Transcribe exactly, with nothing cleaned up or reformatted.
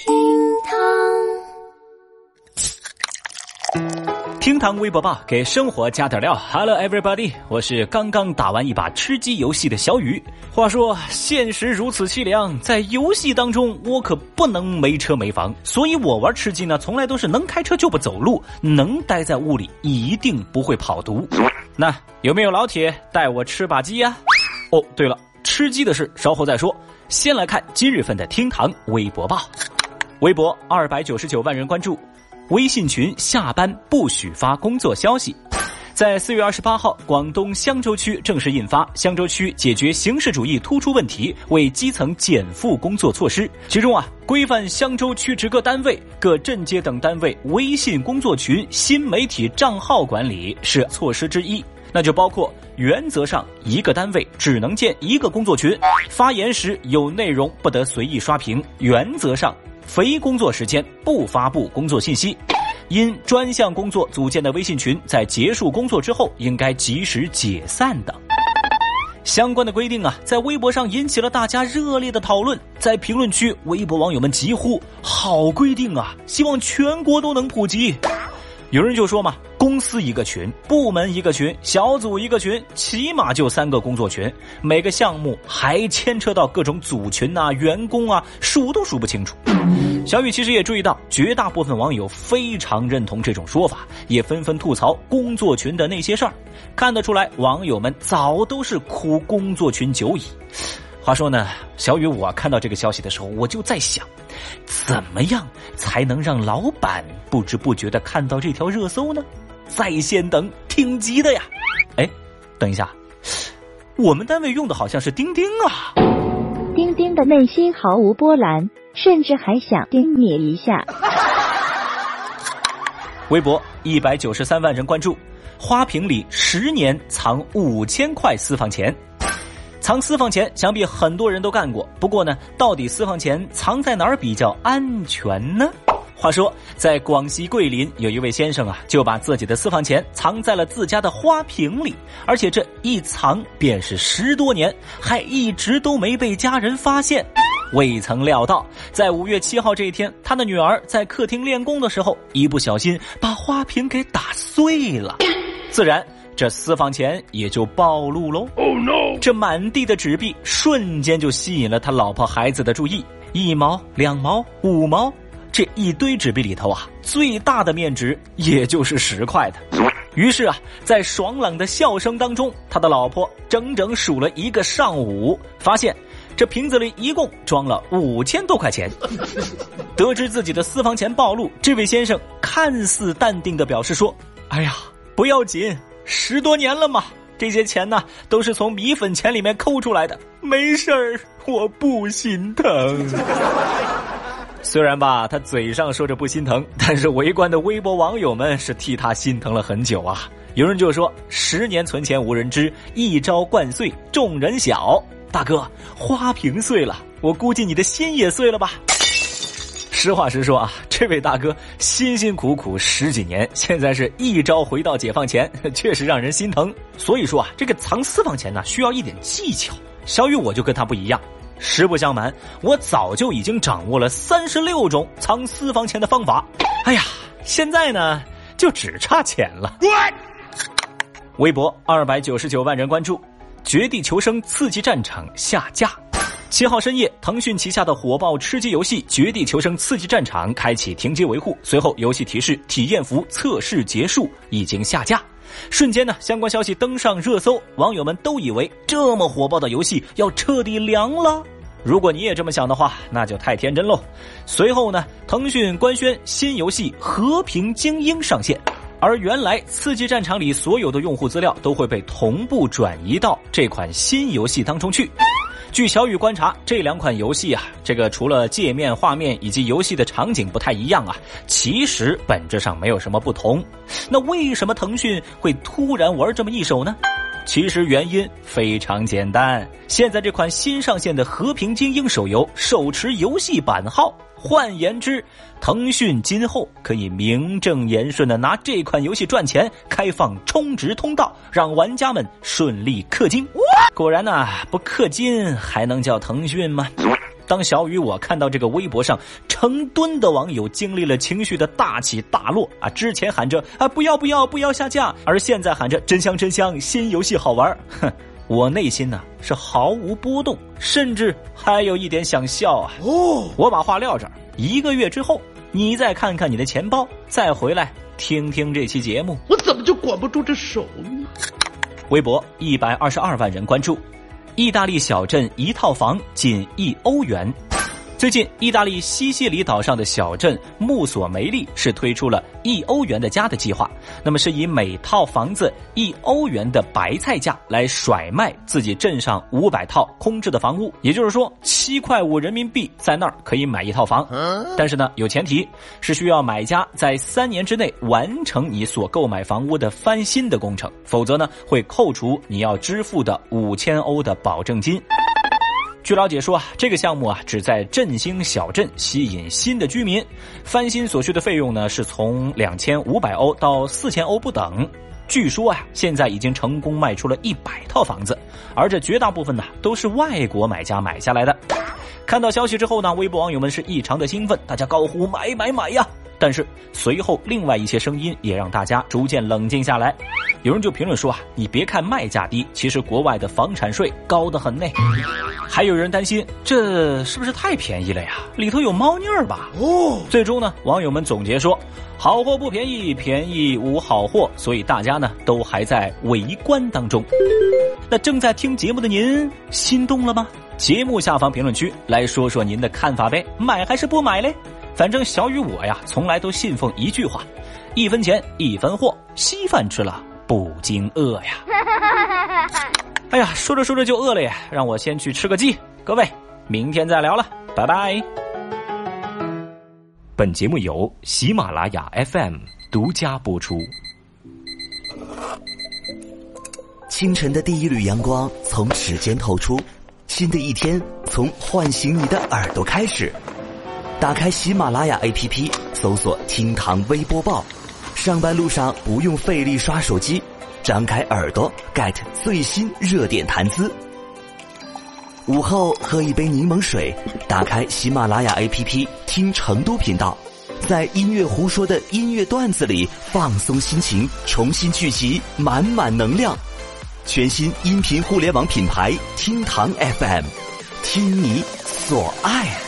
厅堂， 厅堂微博报，给生活加点料。 Hello everybody， 我是刚刚打完一把吃鸡游戏的小雨。话说现实如此凄凉，在游戏当中我可不能没车没房，所以我玩吃鸡呢从来都是能开车就不走路，能待在屋里一定不会跑毒。那有没有老铁带我吃把鸡呀？哦对了，吃鸡的事稍后再说，先来看今日份的厅堂微博报。微博二百九十九万人关注，微信群下班不许发工作消息。在四月二十八号，广东香洲区正式印发《香洲区解决形式主义突出问题为基层减负工作措施》，其中啊，规范香洲区直各单位、各镇街等单位微信工作群新媒体账号管理是措施之一。那就包括原则上一个单位只能建一个工作群，发言时有内容不得随意刷屏，原则上非工作时间不发布工作信息。因专项工作组建的微信群在结束工作之后应该及时解散等。相关的规定啊，在微博上引起了大家热烈的讨论。在评论区，微博网友们疾呼：好规定啊，希望全国都能普及。有人就说嘛，公司一个群，部门一个群，小组一个群，起码就三个工作群，每个项目还牵扯到各种组群啊、员工啊，数都数不清楚。小雨其实也注意到，绝大部分网友非常认同这种说法，也纷纷吐槽工作群的那些事儿。看得出来，网友们早都是苦工作群久矣。话说呢，小雨我看到这个消息的时候，我就在想，怎么样才能让老板不知不觉地看到这条热搜呢？在线等挺急的呀。哎，等一下，我们单位用的好像是钉钉啊。 钉钉的内心毫无波澜，甚至还想钉你一下。 微博一百九十三万人关注，花瓶里十年藏五千块私房钱。藏私房钱想必很多人都干过，不过呢，到底私房钱藏在哪儿比较安全呢？话说在广西桂林，有一位先生啊，就把自己的私房钱藏在了自家的花瓶里，而且这一藏便是十多年，还一直都没被家人发现。未曾料到，在五月七号这一天，他的女儿在客厅练功的时候，一不小心把花瓶给打碎了，自然这私房钱也就暴露喽。Oh no！ 这满地的纸币瞬间就吸引了他老婆孩子的注意，一毛、两毛、五毛，这一堆纸币里头啊，最大的面值也就是十块的。于是啊，在爽朗的笑声当中，他的老婆整整数了一个上午，发现这瓶子里一共装了五千多块钱。得知自己的私房钱暴露，这位先生看似淡定地表示说：哎呀，不要紧，十多年了嘛，这些钱呢都是从米粉钱里面抠出来的，没事儿，我不心疼。虽然吧，他嘴上说着不心疼，但是围观的微博网友们是替他心疼了很久啊。有人就说，十年存钱无人知，一朝灌碎众人晓。大哥，花瓶碎了，我估计你的心也碎了吧。实话实说啊，这位大哥辛辛苦苦十几年，现在是一朝回到解放前，确实让人心疼。所以说啊，这个藏私房钱呢，需要一点技巧。小雨我就跟他不一样，实不相瞒，我早就已经掌握了三十六种藏私房钱的方法。哎呀，现在呢，就只差钱了。微博二百九十九万人关注，绝地求生刺激战场下架。七号深夜，腾讯旗下的火爆吃鸡游戏《绝地求生刺激战场》开启停机维护，随后游戏提示体验服测试结束，已经下架。瞬间呢，相关消息登上热搜，网友们都以为这么火爆的游戏要彻底凉了。如果你也这么想的话，那就太天真喽。随后呢，腾讯官宣新游戏《和平精英》上线。而原来刺激战场里所有的用户资料都会被同步转移到这款新游戏当中去。据小雨观察，这两款游戏啊，这个除了界面、画面以及游戏的场景不太一样啊，其实本质上没有什么不同。那为什么腾讯会突然玩这么一手呢？其实原因非常简单，现在这款新上线的《和平精英》手游手持游戏版号，换言之，腾讯今后可以名正言顺地拿这款游戏赚钱，开放充值通道，让玩家们顺利氪金。果然呢、啊，不氪金还能叫腾讯吗？ 当小雨我看到这个微博上成吨的网友经历了情绪的大起大落啊，之前喊着啊不要不要不要下架，而现在喊着真香真香，新游戏好玩，哼，我内心呢、啊、是毫无波动，甚至还有一点想笑啊。哦，我把话撂这儿，一个月之后你再看看你的钱包，再回来听听这期节目。 我怎么就管不住这手呢？ 微博一百二十二万人关注，意大利小镇一套房仅一欧元。最近，意大利西西里岛上的小镇穆索梅利是推出了一欧元的家的计划，那么是以每套房子一欧元的白菜价来甩卖自己镇上五百套空置的房屋，也就是说七块五人民币在那儿可以买一套房。但是呢，有前提是需要买家在三年之内完成你所购买房屋的翻新的工程，否则呢会扣除你要支付的五千欧的保证金。据了解说啊，这个项目啊旨在振兴小镇，吸引新的居民。翻新所需的费用呢是从两千五百欧到四千欧不等。据说啊，现在已经成功卖出了一百套房子，而这绝大部分呢都是外国买家买下来的。看到消息之后呢，微博网友们是异常的兴奋，大家高呼买买买呀！但是随后另外一些声音也让大家逐渐冷静下来。有人就评论说啊，你别看卖价低，其实国外的房产税高得很呢。还有人担心这是不是太便宜了呀，里头有猫腻儿吧。哦，最终呢，网友们总结说，好货不便宜，便宜无好货，所以大家呢都还在围观当中。那正在听节目的您心动了吗？节目下方评论区来说说您的看法呗，买还是不买嘞？反正小雨我呀从来都信奉一句话，一分钱一分货，稀饭吃了不惊饿呀。哎呀，说着说着就饿了呀，让我先去吃个鸡。各位，明天再聊了，拜拜。本节目由喜马拉雅 F M 独家播出。 清晨的第一缕阳光从指尖透出，新的一天从唤醒你的耳朵开始。打开喜马拉雅 A P P， 搜索听堂微播报，上班路上不用费力刷手机，张开耳朵 get 最新热点谈资。午后喝一杯柠檬水，打开喜马拉雅 A P P 听成都频道，在音乐胡说的音乐段子里放松心情，重新聚集满满能量。全新音频互联网品牌听堂 F M， 听你所爱。